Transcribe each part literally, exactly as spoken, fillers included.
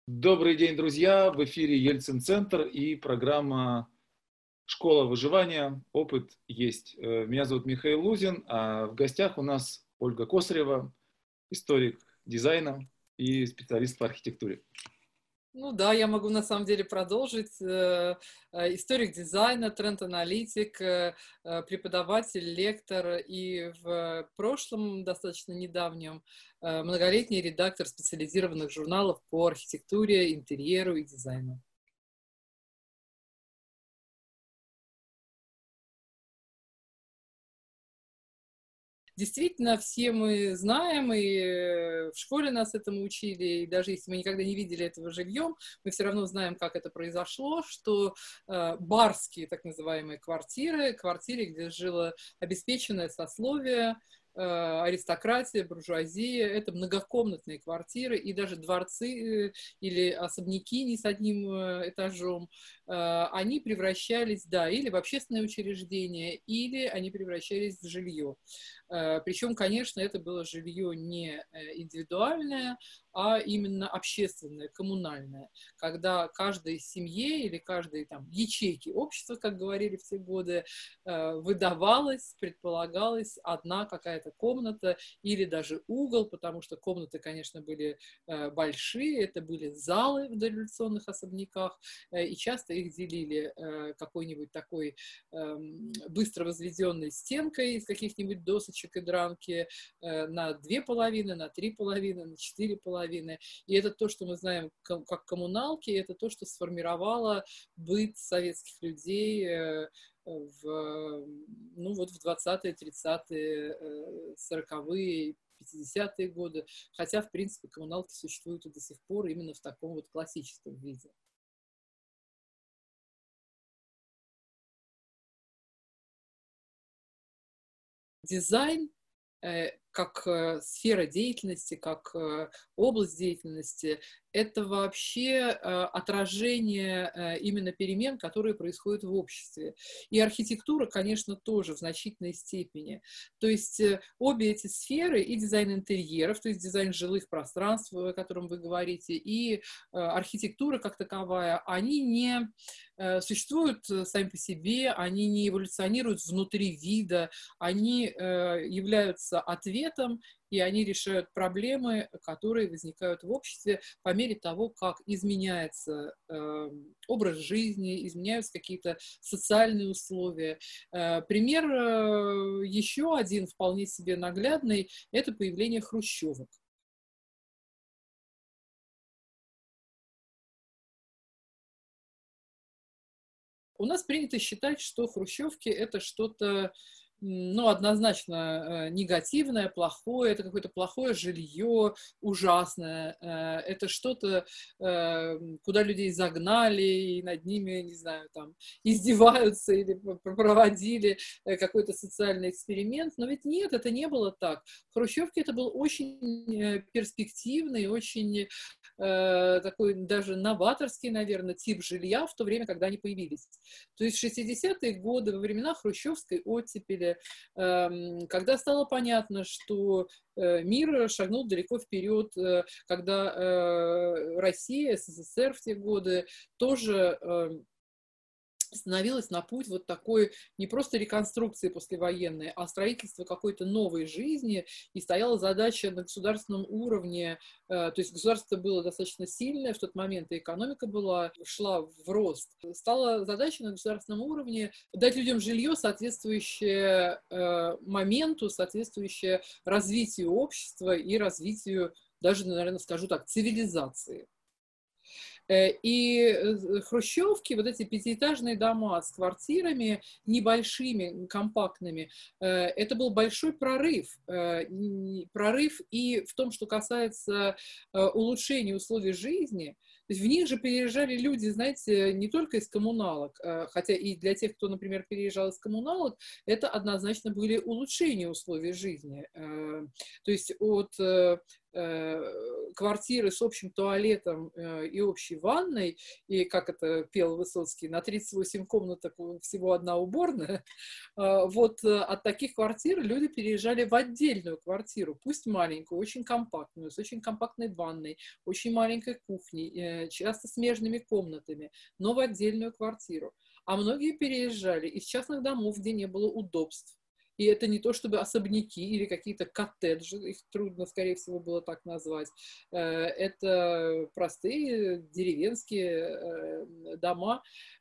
Добрый день, друзья! В эфире Ельцин-центр и программа «Школа выживания. Опыт есть». Э, Меня зовут Михаил Лузин, а в гостях у нас Ольга Косарева, историк дизайна и специалист по архитектуре. Ну да, я могу на самом деле продолжить. Э, э, Историк дизайна, тренд-аналитик, э, э, преподаватель, лектор и в прошлом, достаточно недавнем, э, многолетний редактор специализированных журналов по архитектуре, интерьеру и дизайну. Действительно, все мы знаем, и э, в школе нас этому учили, и даже если мы никогда не видели этого живьем, мы все равно знаем, как это произошло, что э, барские, так называемые, квартиры, квартиры, где жило обеспеченное сословие, э, аристократия, буржуазия, это многокомнатные квартиры, и даже дворцы э, или особняки не с одним э, этажом, э, они превращались, да, или в общественные учреждения, или они превращались в жилье. Причем, конечно, это было жилье не индивидуальное, а именно общественное, коммунальное, когда каждой семье или каждой там ячейке общества, как говорили в те годы, выдавалась, предполагалась одна какая-то комната или даже угол, потому что комнаты, конечно, были большие, это были залы в дореволюционных особняках, и часто их делили какой-нибудь такой быстро возведенной стенкой из каких-нибудь досочек и дранки на две половины, на три половины, на четыре половины. И это то, что мы знаем как коммуналки, это то, что сформировало быт советских людей в, ну, вот в двадцатые, тридцатые, сороковые, пятидесятые годы. Хотя, в принципе, коммуналки существуют и до сих пор именно в таком вот классическом виде. Дизайн как сфера деятельности, как область деятельности, это вообще отражение именно перемен, которые происходят в обществе. И архитектура, конечно, тоже в значительной степени. То есть обе эти сферы, и дизайн интерьеров, то есть дизайн жилых пространств, о котором вы говорите, и архитектура как таковая, они не существуют сами по себе, они не эволюционируют внутри вида, они являются ответом, и они решают проблемы, которые возникают в обществе по мере того, как изменяется э, образ жизни, изменяются какие-то социальные условия. Э, пример э, еще один вполне себе наглядный – это появление хрущевок. У нас принято считать, что хрущевки – это что-то, ну, однозначно негативное, плохое, это какое-то плохое жилье, ужасное, это что-то, куда людей загнали, и над ними, не знаю, там, издеваются или проводили какой-то социальный эксперимент, но ведь нет, это не было так. Хрущевки – это был очень перспективный, очень такой даже новаторский, наверное, тип жилья в то время, когда они появились. То есть в шестидесятые годы, во времена хрущевской оттепели, когда стало понятно, что мир шагнул далеко вперед, когда Россия, СССР в те годы тоже становилась на путь вот такой не просто реконструкции послевоенной, а строительства какой-то новой жизни, и стояла задача на государственном уровне, то есть государство было достаточно сильное в тот момент, и экономика была, шла в рост. Стала задача на государственном уровне дать людям жилье, соответствующее моменту, соответствующее развитию общества и развитию, даже, наверное, скажу так, цивилизации. И хрущевки, вот эти пятиэтажные дома с квартирами небольшими, компактными, это был большой прорыв. Прорыв и в том, что касается улучшения условий жизни. То есть в них же переезжали люди, знаете, не только из коммуналок, хотя и для тех, кто, например, переезжал из коммуналок, это однозначно были улучшения условий жизни. То есть от квартиры с общим туалетом и общей ванной, и, как это пел Высоцкий, на тридцать восемь комнаток всего одна уборная, вот от таких квартир люди переезжали в отдельную квартиру, пусть маленькую, очень компактную, с очень компактной ванной, очень маленькой кухней, часто смежными комнатами, но в отдельную квартиру. А многие переезжали из частных домов, где не было удобств. И это не то чтобы особняки или какие-то коттеджи, их трудно, скорее всего, было так назвать. Это простые деревенские дома,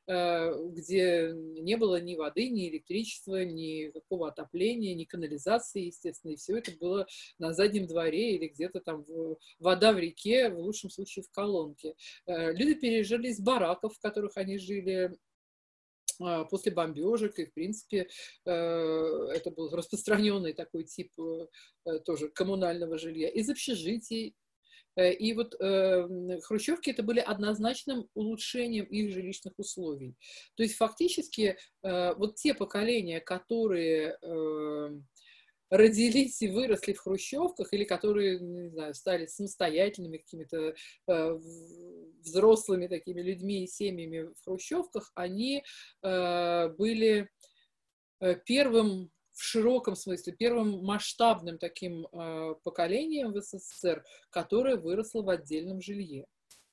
где не было ни воды, ни электричества, ни какого отопления, ни канализации, естественно. И все это было на заднем дворе или где-то там вода в реке, в лучшем случае в колонке. Люди переезжали из бараков, в которых они жили после бомбежек, и, в принципе, это был распространенный такой тип тоже коммунального жилья, из общежитий. И вот хрущевки это были однозначным улучшением их жилищных условий. То есть фактически вот те поколения, которые родились и выросли в хрущевках, или которые, не знаю, стали самостоятельными какими-то э, взрослыми такими людьми и семьями в хрущевках, они э, были первым, в широком смысле, первым масштабным таким э, поколением в СССР, которое выросло в отдельном жилье,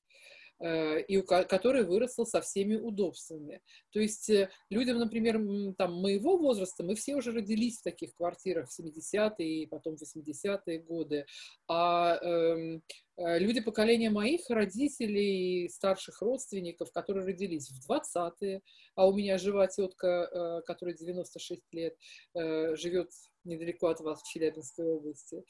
и у которой выросла со всеми удобствами. То есть людям, например, там, моего возраста, мы все уже родились в таких квартирах в семидесятые и потом в восьмидесятые годы, а э, люди поколения моих родителей и старших родственников, которые родились в двадцатые, а у меня жива тетка, которой девяносто шесть лет, живет недалеко от вас, в Челябинской области.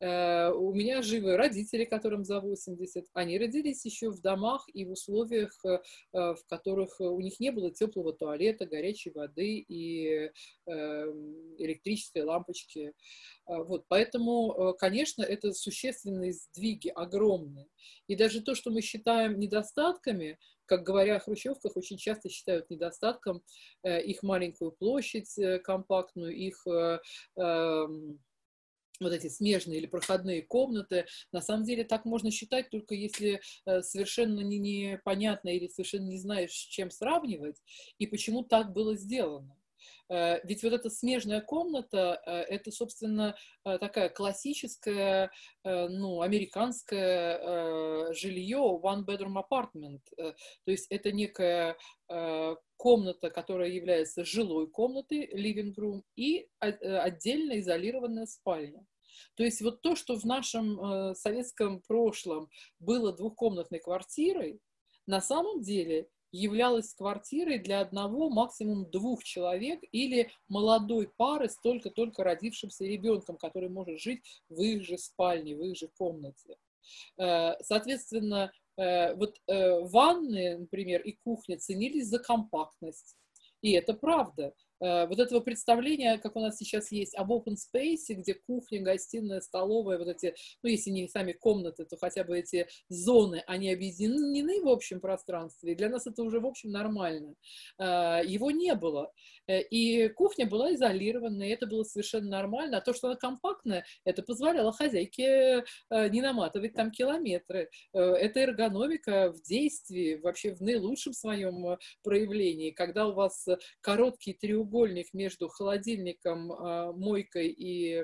У меня живы родители, которым за восемьдесят. Они родились еще в домах и в условиях, в которых у них не было теплого туалета, горячей воды и электрической лампочки. Вот, поэтому, конечно, это существенные сдвиги, огромные. И даже то, что мы считаем недостатками, как говоря о хрущевках, очень часто считают недостатком э, их маленькую площадь э, компактную, их э, э, вот эти смежные или проходные комнаты. На самом деле так можно считать, только если э, совершенно не, непонятно или совершенно не знаешь, с чем сравнивать и почему так было сделано. Ведь вот эта смежная комната, это, собственно, такая классическая, ну, американское жилье, one-bedroom apartment. То есть это некая комната, которая является жилой комнатой, living room, и отдельно изолированная спальня. То есть вот то, что в нашем советском прошлом было двухкомнатной квартирой, на самом деле являлась квартирой для одного, максимум двух человек или молодой пары с только-только родившимся ребенком, который может жить в их же спальне, в их же комнате. Соответственно, вот ванны, например, и кухня ценились за компактность. И это правда. Вот этого представления, как у нас сейчас есть, об open space, где кухня, гостиная, столовая, вот эти, ну, если не сами комнаты, то хотя бы эти зоны, они объединены в общем пространстве, и для нас это уже, в общем, нормально. Его не было. И кухня была изолирована, и это было совершенно нормально. А то, что она компактная, это позволяло хозяйке не наматывать там километры. Это эргономика в действии, вообще в наилучшем своем проявлении, когда у вас короткий треугольник между холодильником, мойкой и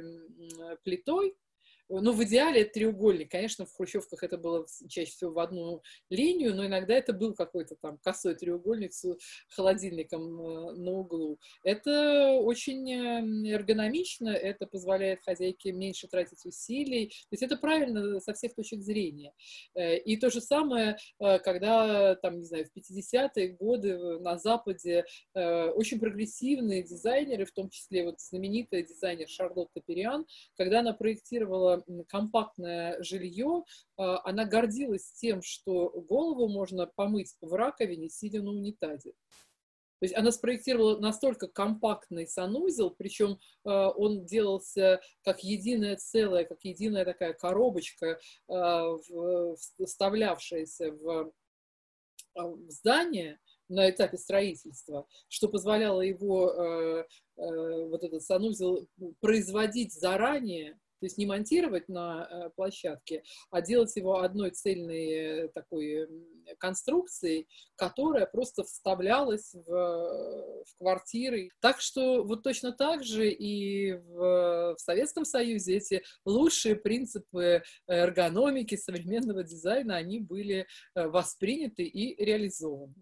плитой. Ну, в идеале это треугольник. Конечно, в хрущевках это было чаще всего в одну линию, но иногда это был какой-то там косой треугольник с холодильником на углу. Это очень эргономично, это позволяет хозяйке меньше тратить усилий. То есть это правильно со всех точек зрения. И то же самое, когда, там, не знаю, в пятидесятые годы на Западе очень прогрессивные дизайнеры, в том числе вот знаменитая дизайнер Шарлотта Перриан, когда она проектировала компактное жилье, она гордилась тем, что голову можно помыть в раковине, сидя на унитазе. То есть она спроектировала настолько компактный санузел, причем он делался как единое целое, как единая такая коробочка, вставлявшаяся в здание на этапе строительства, что позволяло его, вот этот санузел, производить заранее, То есть не монтировать на площадке, а делать его одной цельной такой конструкцией, которая просто вставлялась в, в квартиры. Так что вот точно так же и в, в Советском Союзе эти лучшие принципы эргономики, современного дизайна, они были восприняты и реализованы.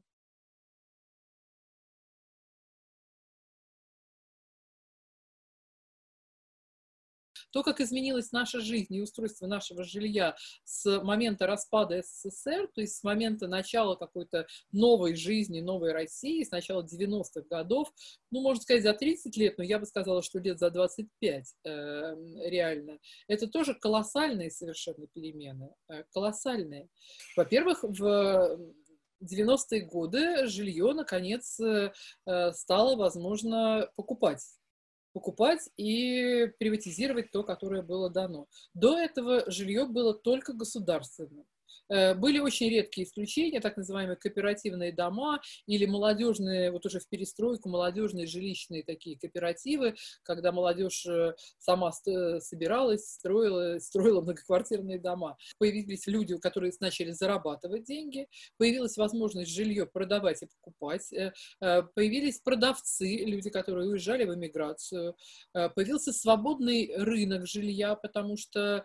То, как изменилась наша жизнь и устройство нашего жилья с момента распада СССР, то есть с момента начала какой-то новой жизни, новой России, с начала девяностых годов, ну, можно сказать, за тридцать лет, но я бы сказала, что лет за двадцать пять э, реально, это тоже колоссальные совершенно перемены, э, колоссальные. Во-первых, в девяностые годы жилье, наконец, э, стало возможно покупать. покупать и приватизировать то, которое было дано. До этого жилье было только государственным. Были очень редкие исключения, так называемые кооперативные дома или молодежные, вот уже в перестройку, молодежные жилищные такие кооперативы, когда молодежь сама собиралась, строила, строила многоквартирные дома. Появились люди, которые начали зарабатывать деньги, появилась возможность жилье продавать и покупать, появились продавцы, люди, которые уезжали в эмиграцию, появился свободный рынок жилья, потому что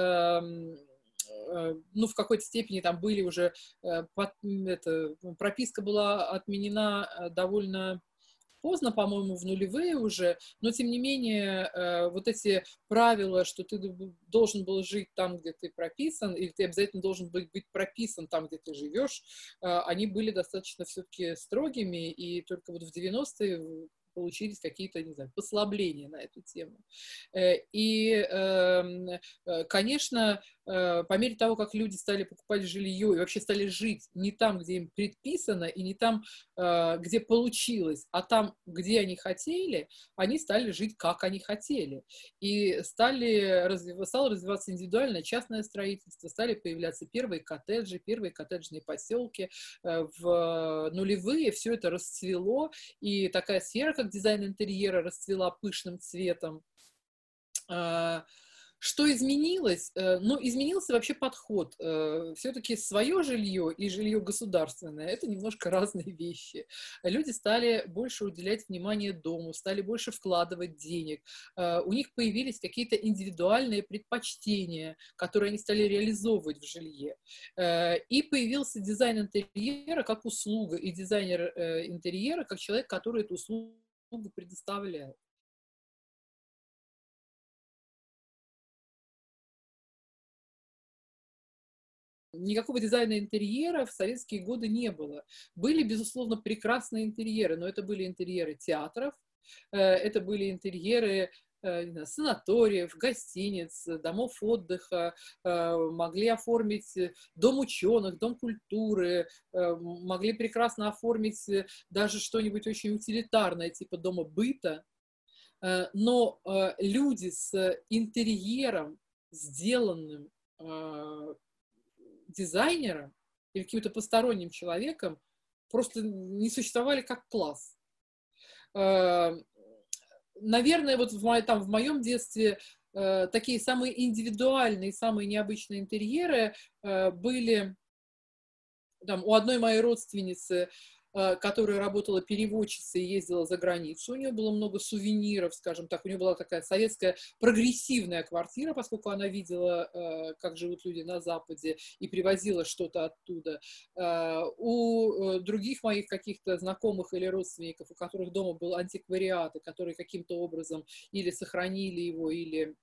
ну, в какой-то степени там были уже, это, прописка была отменена довольно поздно, по-моему, в нулевые уже, но, тем не менее, вот эти правила, что ты должен был жить там, где ты прописан, или ты обязательно должен быть, быть прописан там, где ты живешь, они были достаточно все-таки строгими, и только вот в девяностые получились какие-то, не знаю, послабления на эту тему. И, конечно, по мере того, как люди стали покупать жилье и вообще стали жить не там, где им предписано, и не там, где получилось, а там, где они хотели, они стали жить, как они хотели. И стали, стало развиваться индивидуальное частное строительство, стали появляться первые коттеджи, первые коттеджные поселки. В нулевые все это расцвело, и такая сфера, как дизайн интерьера, расцвела пышным цветом. Что изменилось? Ну, изменился вообще подход. Все-таки свое жилье и жилье государственное – это немножко разные вещи. Люди стали больше уделять внимание дому, стали больше вкладывать денег. У них появились какие-то индивидуальные предпочтения, которые они стали реализовывать в жилье. И появился дизайн интерьера как услуга, и дизайнер интерьера как человек, который эту услугу предоставляет. Никакого дизайна интерьера в советские годы не было. Были, безусловно, прекрасные интерьеры, но это были интерьеры театров, это были интерьеры санаториев, гостиниц, домов отдыха, могли оформить дом ученых, дом культуры, могли прекрасно оформить даже что-нибудь очень утилитарное, типа дома быта. Но люди с интерьером, сделанным дизайнером или каким-то посторонним человеком, просто не существовали как класс. Наверное, вот в, мо- там, в моем детстве э, такие самые индивидуальные, самые необычные интерьеры э, были там, у одной моей родственницы, э, которая работала переводчицей и ездила за границу. У нее было много сувениров, скажем так. У нее была такая советская прогрессивная квартира, поскольку она видела, э, как живут люди на Западе, и привозила что-то оттуда. Э, у э, других моих каких-то знакомых или родственников, у которых дома был антиквариат, и которые каким-то образом или сохранили его, или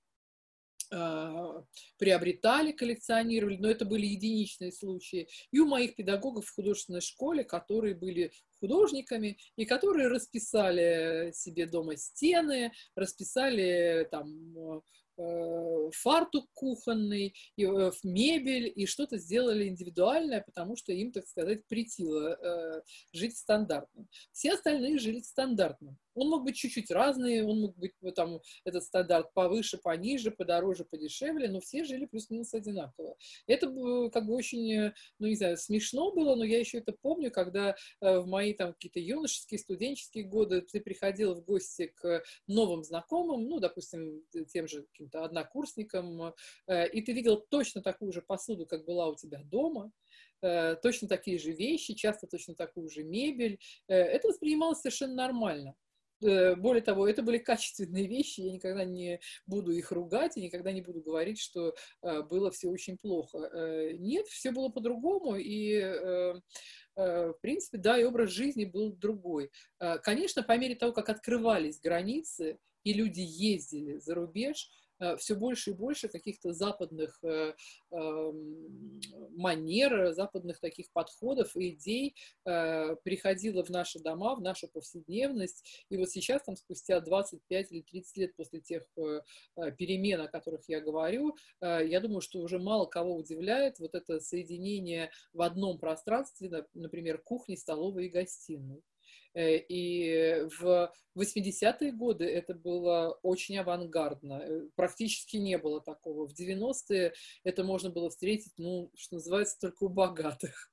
приобретали, коллекционировали, но это были единичные случаи. И у моих педагогов в художественной школе, которые были художниками и которые расписали себе дома стены, расписали там фартук кухонный, и, э, мебель, и что-то сделали индивидуальное, потому что им, так сказать, претило э, жить стандартно. Все остальные жили стандартно. Он мог быть чуть-чуть разный, он мог быть, ну, там, этот стандарт повыше, пониже, подороже, подешевле, но все жили плюс-минус одинаково. Это как бы очень, ну, не знаю, смешно было, но я еще это помню, когда в мои там какие-то юношеские, студенческие годы ты приходил в гости к новым знакомым, ну, допустим, тем же каким-то однокурсникам, и ты видел точно такую же посуду, как была у тебя дома, точно такие же вещи, часто точно такую же мебель. Это воспринималось совершенно нормально. Более того, это были качественные вещи, я никогда не буду их ругать и никогда не буду говорить, что было все очень плохо. Нет, все было по-другому, и, в принципе, да, и образ жизни был другой. Конечно, по мере того, как открывались границы, и люди ездили за рубеж, все больше и больше каких-то западных э, э, манер, западных таких подходов и идей э, приходило в наши дома, в нашу повседневность. И вот сейчас, там, спустя двадцать пять или тридцать лет после тех э, перемен, о которых я говорю, э, я думаю, что уже мало кого удивляет вот это соединение в одном пространстве, например, кухни, столовой и гостиной. И в восьмидесятые годы это было очень авангардно. Практически не было такого. В девяностые это можно было встретить, ну, что называется, только у богатых.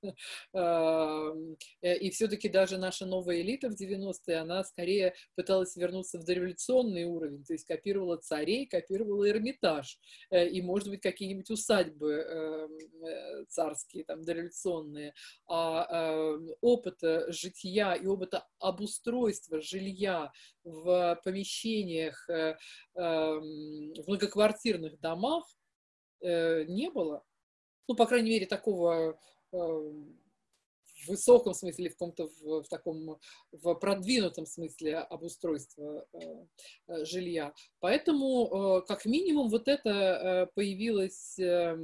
И все-таки даже наша новая элита в девяностые, она скорее пыталась вернуться в дореволюционный уровень, то есть копировала царей, копировала Эрмитаж и, может быть, какие-нибудь усадьбы царские, там, дореволюционные. А опыта житья и опыта обустройства жилья в помещениях, в многоквартирных домах не было. Ну, по крайней мере, такого в высоком смысле, в каком-то в, в таком в продвинутом смысле обустройства жилья. Поэтому, как минимум, вот это появилось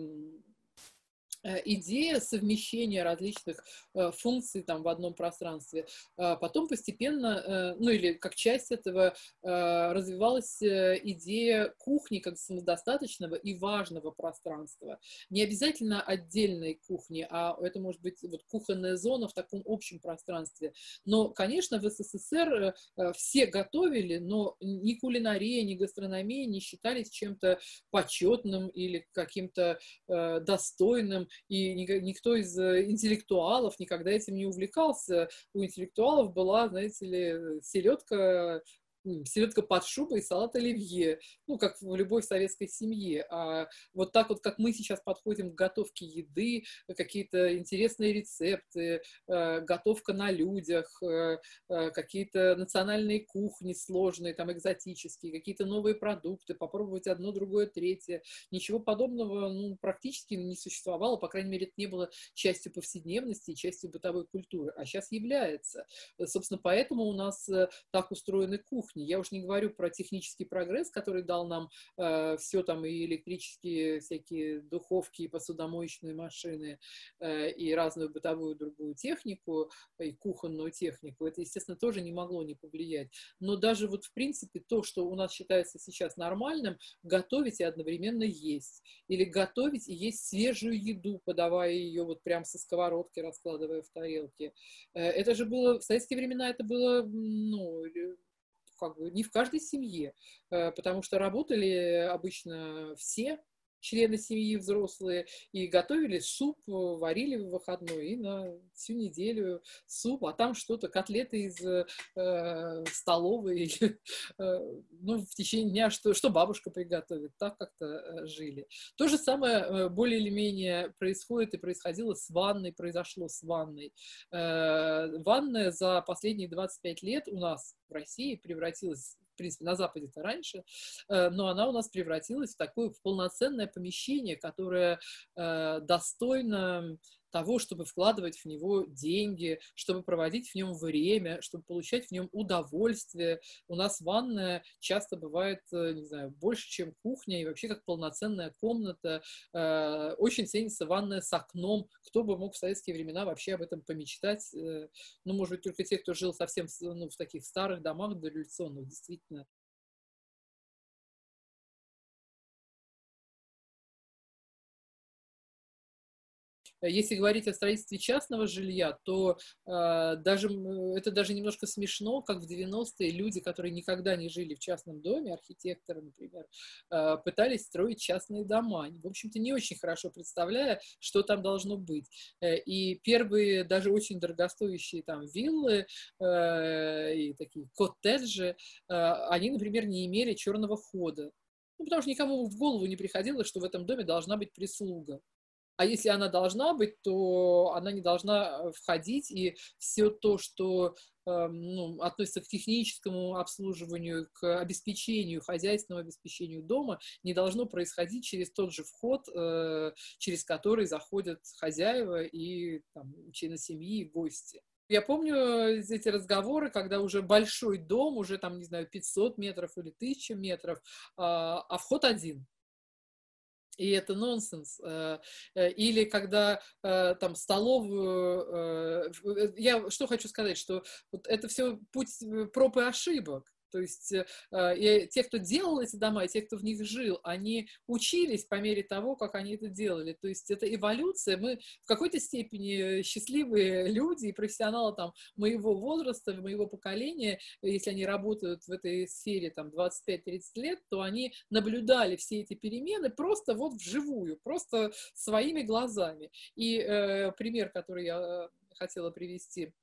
идея совмещения различных э, функций там в одном пространстве. А потом постепенно, э, ну или как часть этого, э, развивалась э, идея кухни как самодостаточного и важного пространства. Не обязательно отдельной кухни, а это может быть вот кухонная зона в таком общем пространстве. Но, конечно, в СССР э, все готовили, но ни кулинария, ни гастрономия не считались чем-то почетным или каким-то э, достойным. И никто из интеллектуалов никогда этим не увлекался. У интеллектуалов была, знаете ли, селедка, селедка под шубой и салат оливье, ну, как в любой советской семье. А вот так вот, как мы сейчас подходим к готовке еды, какие-то интересные рецепты, готовка на людях, какие-то национальные кухни сложные, там, экзотические, какие-то новые продукты, попробовать одно, другое, третье. Ничего подобного, ну, практически не существовало, по крайней мере, это не было частью повседневности, частью бытовой культуры, а сейчас является. Собственно, поэтому у нас так устроены кухни. Я уж не говорю про технический прогресс, который дал нам э, все там и электрические всякие духовки, и посудомоечные машины, э, и разную бытовую другую технику, и кухонную технику. Это, естественно, тоже не могло не повлиять. Но даже вот в принципе то, что у нас считается сейчас нормальным, готовить и одновременно есть. Или готовить и есть свежую еду, подавая ее вот прям со сковородки, раскладывая в тарелки. Э, это же было, в советские времена это было, ну, как бы не в каждой семье, потому что работали обычно все члены семьи взрослые и готовили суп, варили в выходной и на всю неделю суп, а там что-то, котлеты из э, столовой, э, ну, в течение дня, что, что бабушка приготовит, так как-то э, жили. То же самое э, более или менее происходит и происходило с ванной, произошло с ванной. Э, ванная за последние двадцать пять лет у нас в России превратилась, в принципе, на Западе-то раньше, но она у нас превратилась в такое в полноценное помещение, которое э, достойно того, чтобы вкладывать в него деньги, чтобы проводить в нем время, чтобы получать в нем удовольствие. У нас ванная часто бывает, не знаю, больше, чем кухня, и вообще как полноценная комната. Э, очень ценится ванная с окном. Кто бы мог в советские времена вообще об этом помечтать? Э, ну, может быть, только те, кто жил совсем ну, в таких старых домах дореволюционных, действительно. Если говорить о строительстве частного жилья, то э, даже, это даже немножко смешно, как в девяностые люди, которые никогда не жили в частном доме, архитекторы, например, э, пытались строить частные дома. В общем-то, не очень хорошо представляя, что там должно быть. И первые, даже очень дорогостоящие там виллы э, и такие коттеджи, э, они, например, не имели черного хода. Ну, потому что никому в голову не приходило, что в этом доме должна быть прислуга. А если она должна быть, то она не должна входить, и все то, что э, ну, относится к техническому обслуживанию, к обеспечению, хозяйственному обеспечению дома, не должно происходить через тот же вход, э, через который заходят хозяева и там, члены семьи и гости. Я помню эти разговоры, когда уже большой дом, уже там, не знаю, пятьсот метров или тысяча метров, а, а вход один. И это нонсенс. Или когда там столовую... Я что хочу сказать, что вот это все путь проб и ошибок. То есть и те, кто делал эти дома, и те, кто в них жил, они учились по мере того, как они это делали. То есть это эволюция. Мы в какой-то степени счастливые люди и профессионалы там, моего возраста, моего поколения, если они работают в этой сфере там, двадцать пять тридцать лет, то они наблюдали все эти перемены просто вот вживую, просто своими глазами. И э, пример, который я хотела привести,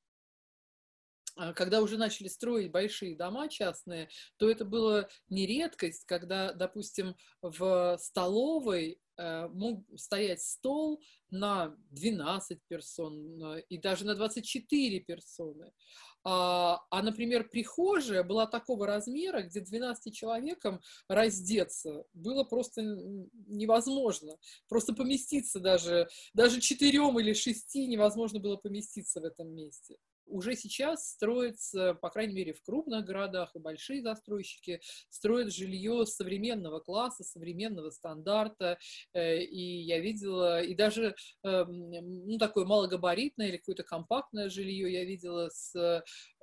когда уже начали строить большие дома частные, то это была не редкость, когда, допустим, в столовой мог стоять стол на двенадцать персон и даже на двадцать четыре персоны. А, а, например, прихожая была такого размера, где двенадцати человекам раздеться было просто невозможно. Просто поместиться даже, даже четырем или шести невозможно было поместиться в этом месте. Уже сейчас строится, по крайней мере, в крупных городах, и большие застройщики строят жилье современного класса, современного стандарта. И я видела, и даже ну, такое малогабаритное или какое-то компактное жилье я видела с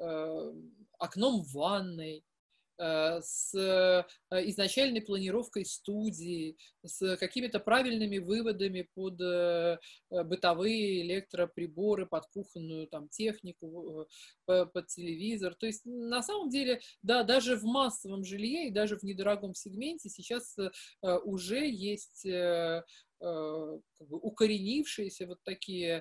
окном в ванной, с изначальной планировкой студии, с какими-то правильными выводами под бытовые электроприборы, под кухонную там, технику, под телевизор. То есть на самом деле, да, даже в массовом жилье и даже в недорогом сегменте сейчас уже есть как бы, укоренившиеся вот такие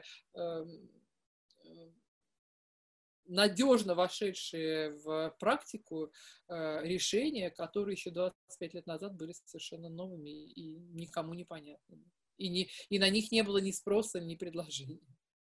надежно вошедшие в практику э, решения, которые еще двадцать пять лет назад были совершенно новыми и никому не понятными. И, не, и на них не было ни спроса, ни предложений.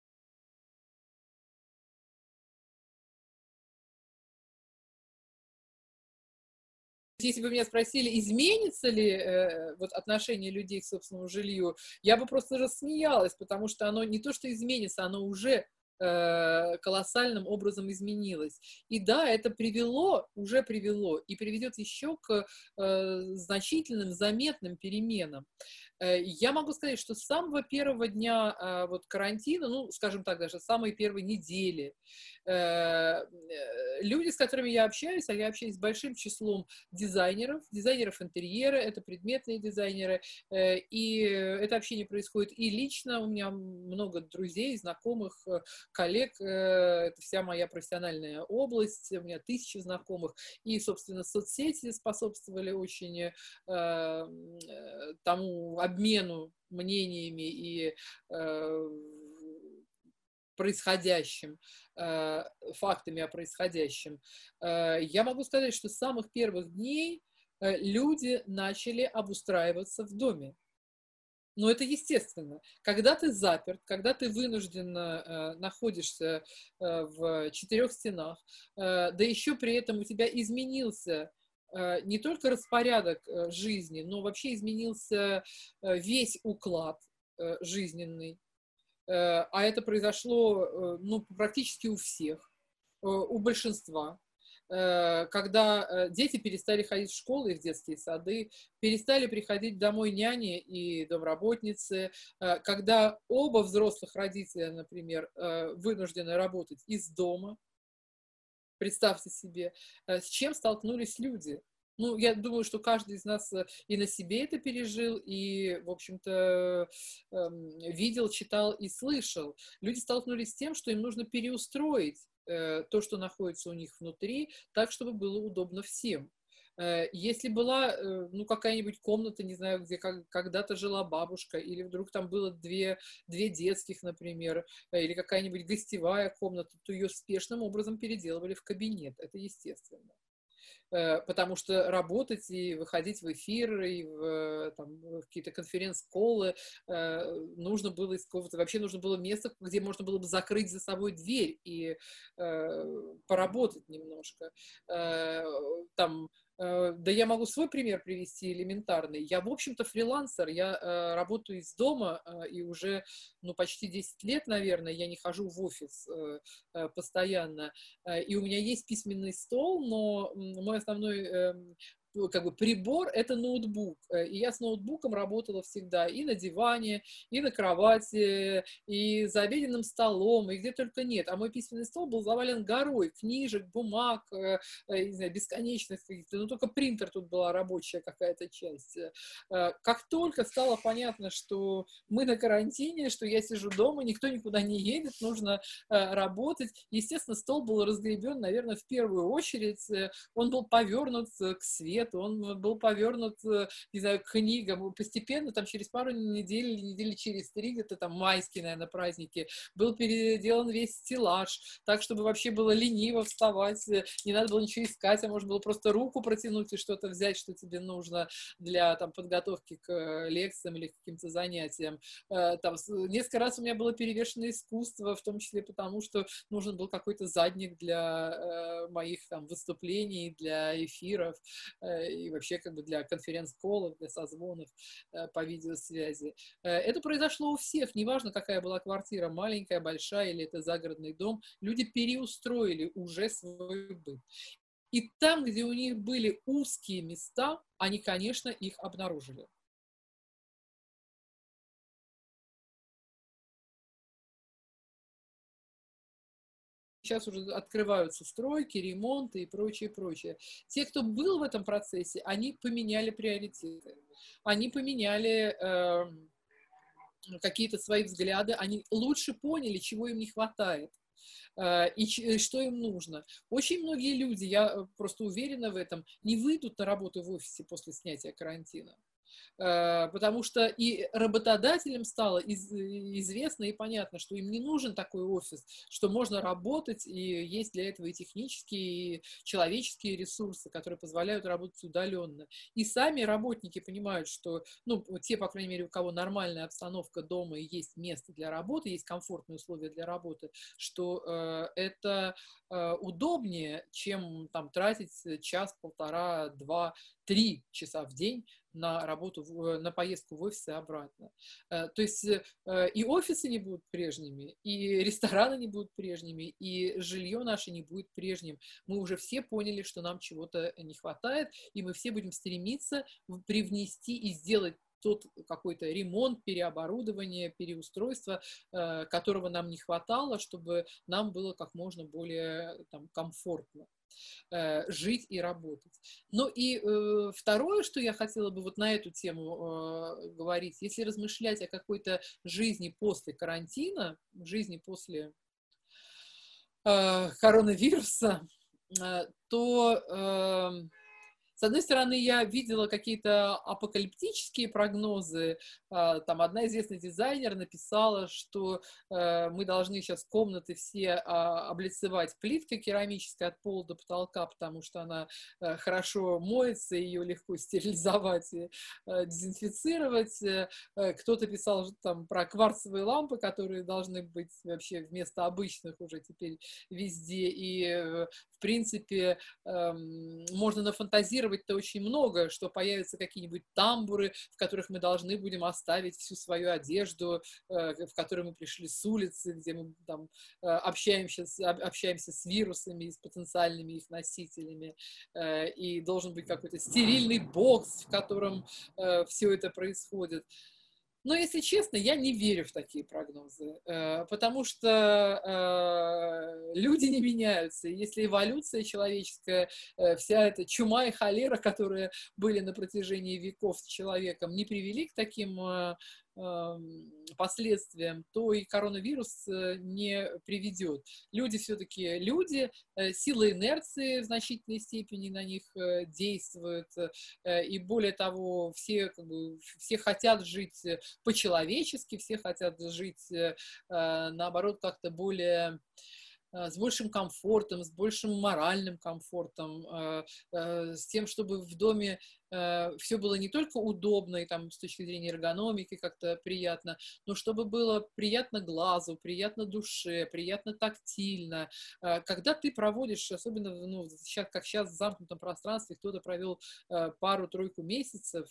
Если бы меня спросили, изменится ли э, вот, отношение людей к собственному жилью, я бы просто рассмеялась, потому что оно не то, что изменится, оно уже колоссальным образом изменилось. И да, это привело, уже привело и приведет еще к э, значительным, заметным переменам. Э, я могу сказать, что с самого первого дня э, вот, карантина, ну, скажем так, даже с самой первой недели, э, люди, с которыми я общаюсь, а я общаюсь с большим числом дизайнеров, дизайнеров интерьера, это предметные дизайнеры, э, и это общение происходит и лично, у меня много друзей, знакомых, коллег, это вся моя профессиональная область, у меня тысячи знакомых, и, собственно, соцсети способствовали очень э, тому обмену мнениями и э, происходящим, э, фактами о происходящем. Э, я могу сказать, что с самых первых дней э, люди начали обустраиваться в доме. Но это естественно. Когда ты заперт, когда ты вынужденно э, находишься э, в четырех стенах, э, да еще при этом у тебя изменился э, не только распорядок э, жизни, но вообще изменился э, весь уклад э, жизненный. Э, а это произошло э, ну, практически у всех, э, у большинства. Когда дети перестали ходить в школы и в детские сады, перестали приходить домой няни и домработницы, когда оба взрослых родителя, например, вынуждены работать из дома, представьте себе, с чем столкнулись люди. Ну, я думаю, что каждый из нас и на себе это пережил, и, в общем-то, эм, видел, читал и слышал. Люди столкнулись с тем, что им нужно переустроить э, то, что находится у них внутри, так, чтобы было удобно всем. Э, Если была, э, ну, какая-нибудь комната, не знаю, где как- когда-то жила бабушка, или вдруг там было две, две детских, например, э, или какая-нибудь гостевая комната, то ее спешным образом переделывали в кабинет. Это естественно. Э, потому что работать и выходить в эфир, и в, там, в какие-то конференц-коллы э, нужно было из какого-то, вообще нужно было место, где можно было бы закрыть за собой дверь и э, поработать немножко. Э, там э, да я могу свой пример привести элементарный. Я, в общем-то, фрилансер, я э, работаю из дома, э, и уже ну, почти десять лет, наверное, я не хожу в офис э, э, постоянно. Э, И у меня есть письменный стол, но м, мой основной эм, ну, как бы прибор — это ноутбук. Э, И я с ноутбуком работала всегда и на диване, и на кровати, и за обеденным столом, и где только нет. А мой письменный стол был завален горой книжек, бумаг, э, э, не знаю, бесконечных каких-то. Ну, только принтер тут была рабочая какая-то часть. Э, Как только стало понятно, что мы на карантине, что я сижу дома, никто никуда не едет, нужно э, работать. Естественно, стол был разгребен, наверное, в первую очередь. Э, Он был повернут э, к свету, он был повернут, э, не знаю, к книгам. Постепенно, там, через пару недель, или недели через три, где-то там майские, наверное, праздники, был переделан весь стеллаж, так, чтобы вообще было лениво вставать, э, не надо было ничего искать, а можно было просто руку протянуть и что-то взять, что тебе нужно для там, подготовки к э, лекциям или к каким-то занятиям. Э, Там, с- несколько раз у меня было перевешено искусство, в том числе потому, что нужен был какой-то задник для э, моих там выступлений, для эфиров э, и вообще как бы для конференц-коллов, для созвонов э, по видеосвязи. Э, это произошло у всех, неважно, какая была квартира, маленькая, большая или это загородный дом, люди переустроили уже свой быт. И там, где у них были узкие места, они, конечно, их обнаружили. Сейчас уже открываются стройки, ремонты и прочее, прочее. Те, кто был в этом процессе, они поменяли приоритеты. Они поменяли э, какие-то свои взгляды, они лучше поняли, чего им не хватает э, и ч- что им нужно. Очень многие люди, я э, просто уверена в этом, не выйдут на работу в офисе после снятия карантина. Э, потому что и работодателям стало из- известно и понятно, что им не нужен такой офис, что можно работать, и есть для этого и технические, и человеческие ресурсы, которые позволяют работать удаленно. И сами работники понимают, что, ну, те, по крайней мере, у кого нормальная обстановка дома и есть место для работы, есть комфортные условия для работы, что э, это э, удобнее, чем там тратить час, полтора, два, три часа в день на работу, на поездку в офис и обратно. То есть и офисы не будут прежними, и рестораны не будут прежними, и жилье наше не будет прежним. Мы уже все поняли, что нам чего-то не хватает, и мы все будем стремиться привнести и сделать тот какой-то ремонт, переоборудование, переустройство, которого нам не хватало, чтобы нам было как можно более там, комфортно жить и работать. Ну и э, второе, что я хотела бы вот на эту тему э, говорить, если размышлять о какой-то жизни после карантина, жизни после э, коронавируса, э, то э, с одной стороны, я видела какие-то апокалиптические прогнозы. Там одна известная дизайнер написала, что мы должны сейчас комнаты все облицевать плиткой керамической от пола до потолка, потому что она хорошо моется, ее легко стерилизовать и дезинфицировать. Кто-то писал там про кварцевые лампы, которые должны быть вообще вместо обычных уже теперь везде. И, в принципе, можно нафантазировать то очень много, что появятся какие-нибудь тамбуры, в которых мы должны будем оставить всю свою одежду, в которой мы пришли с улицы, где мы там общаемся, общаемся с вирусами и с потенциальными их носителями, и должен быть какой-то стерильный бокс, в котором все это происходит. Но, если честно, я не верю в такие прогнозы, потому что люди не меняются. Если эволюция человеческая, вся эта чума и холера, которые были на протяжении веков с человеком, не привели к таким последствиям, то и коронавирус не приведет. Люди все-таки люди, сила инерции в значительной степени на них действует, и более того, все, как бы, все хотят жить по-человечески, все хотят жить, наоборот, как-то более с большим комфортом, с большим моральным комфортом, с тем, чтобы в доме все было не только удобно и там с точки зрения эргономики как-то приятно, но чтобы было приятно глазу, приятно душе, приятно тактильно. Когда ты проводишь, особенно, ну, сейчас, как сейчас в замкнутом пространстве, кто-то провел пару-тройку месяцев,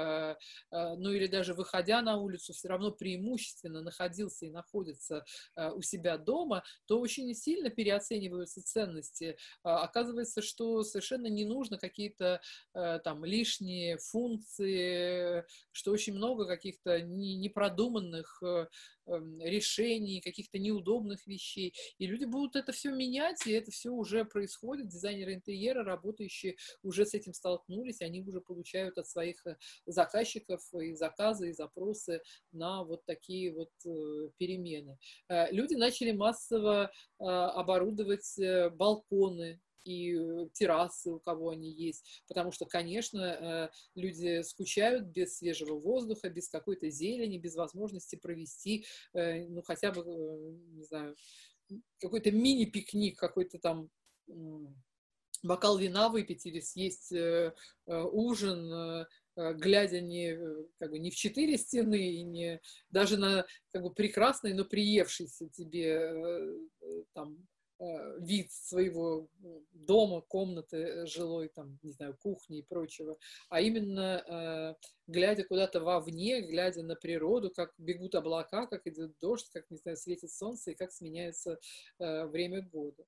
ну или даже выходя на улицу, все равно преимущественно находился и находится у себя дома, то очень сильно переоцениваются ценности. Оказывается, что совершенно не нужно какие-то там лишние функции, что очень много каких-то непродуманных решений, каких-то неудобных вещей. И люди будут это все менять, и это все уже происходит. Дизайнеры интерьера, работающие, уже с этим столкнулись, они уже получают от своих заказчиков и заказы, и запросы на вот такие вот перемены. Люди начали массово оборудовать балконы и террасы, у кого они есть, потому что, конечно, люди скучают без свежего воздуха, без какой-то зелени, без возможности провести, ну, хотя бы, не знаю, какой-то мини-пикник, какой-то там бокал вина выпить или съесть ужин, глядя не, как бы, не в четыре стены, и не даже на, как бы, прекрасный, но приевшийся тебе там вид своего дома, комнаты жилой, там, не знаю, кухни и прочего, а именно э, глядя куда-то вовне, глядя на природу, как бегут облака, как идет дождь, как, не знаю, светит солнце и как сменяется э, время года.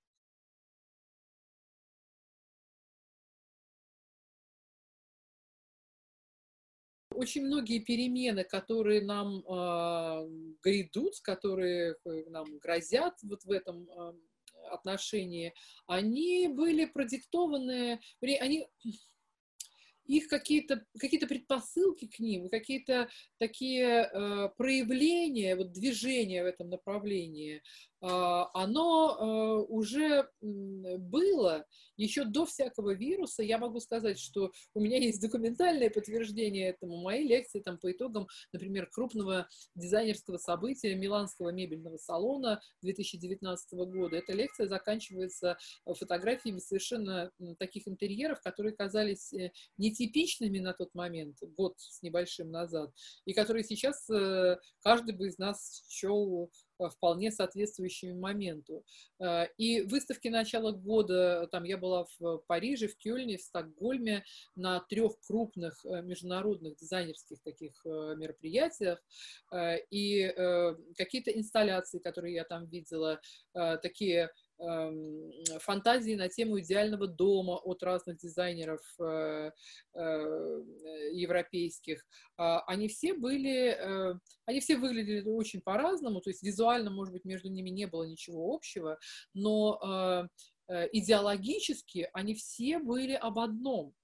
Очень многие перемены, которые нам э, грядут, которые нам грозят вот в этом э, отношении, они были продиктованы, они, их какие-то какие-то предпосылки к ним, какие-то такие э, проявления, вот движения в этом направлении, э, оно э, уже было еще до всякого вируса. Я могу сказать, что у меня есть документальное подтверждение этому. Мои лекции там по итогам, например, крупного дизайнерского события Миланского мебельного салона две тысячи девятнадцатого года. Эта лекция заканчивается фотографиями совершенно таких интерьеров, которые казались нетипичными на тот момент, год с небольшим назад, и которые сейчас каждый бы из нас счел вполне соответствующими моменту. И выставки начала года, там я была в Париже, в Кёльне, в Стокгольме на трех крупных международных дизайнерских таких мероприятиях, и какие-то инсталляции, которые я там видела, такие фантазии на тему идеального дома от разных дизайнеров э, э, европейских, они все были, э, они все выглядели очень по-разному, то есть визуально, может быть, между ними не было ничего общего, но э, идеологически они все были об одном.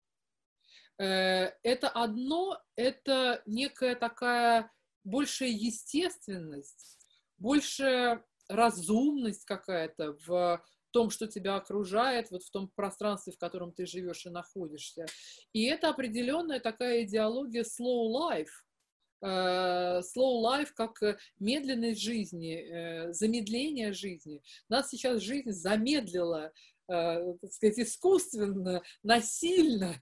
Э, это одно, это некая такая большая естественность, большая разумность какая-то в том, что тебя окружает, вот в том пространстве, в котором ты живешь и находишься. И это определенная такая идеология slow life. Slow life как медленность жизни, замедление жизни. Нас сейчас жизнь замедлила, так сказать, искусственно, насильно.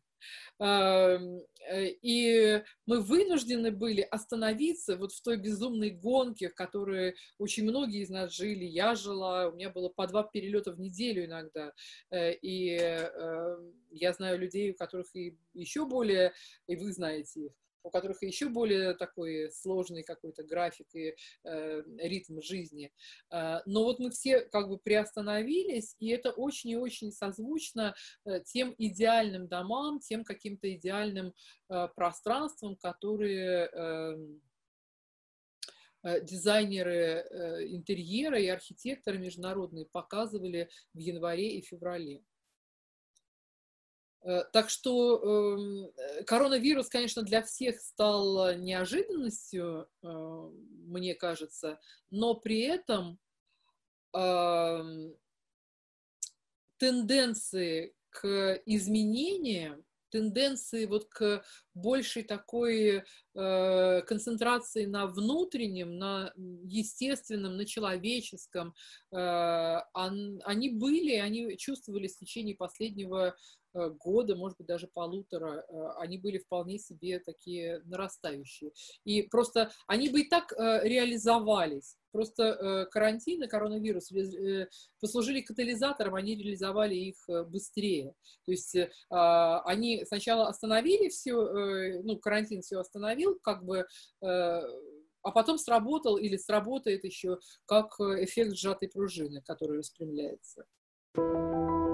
И мы вынуждены были остановиться вот в той безумной гонке, в которой очень многие из нас жили. Я жила, у меня было по два перелета в неделю иногда. И я знаю людей, у которых и еще более, и вы знаете их, у которых еще более такой сложный какой-то график и э, ритм жизни. Э, но вот мы все как бы приостановились, и это очень и очень созвучно э, тем идеальным домам, тем каким-то идеальным э, пространствам, которые, э, дизайнеры интерьера и архитекторы международные показывали в январе и феврале. Так что коронавирус, конечно, для всех стал неожиданностью, мне кажется, но при этом тенденции к изменениям, тенденции вот к большей такой э, концентрации на внутреннем, на естественном, на человеческом, э, он, они были, они чувствовались в течение последнего э, года, может быть, даже полутора, э, они были вполне себе такие нарастающие. И просто они бы и так э, реализовались. Просто э, карантин и коронавирус э, послужили катализатором, они реализовали их э, быстрее. То есть э, они сначала остановили все, э, ну, карантин все остановил, как бы, э, а потом сработал или сработает еще как эффект сжатой пружины, который распрямляется.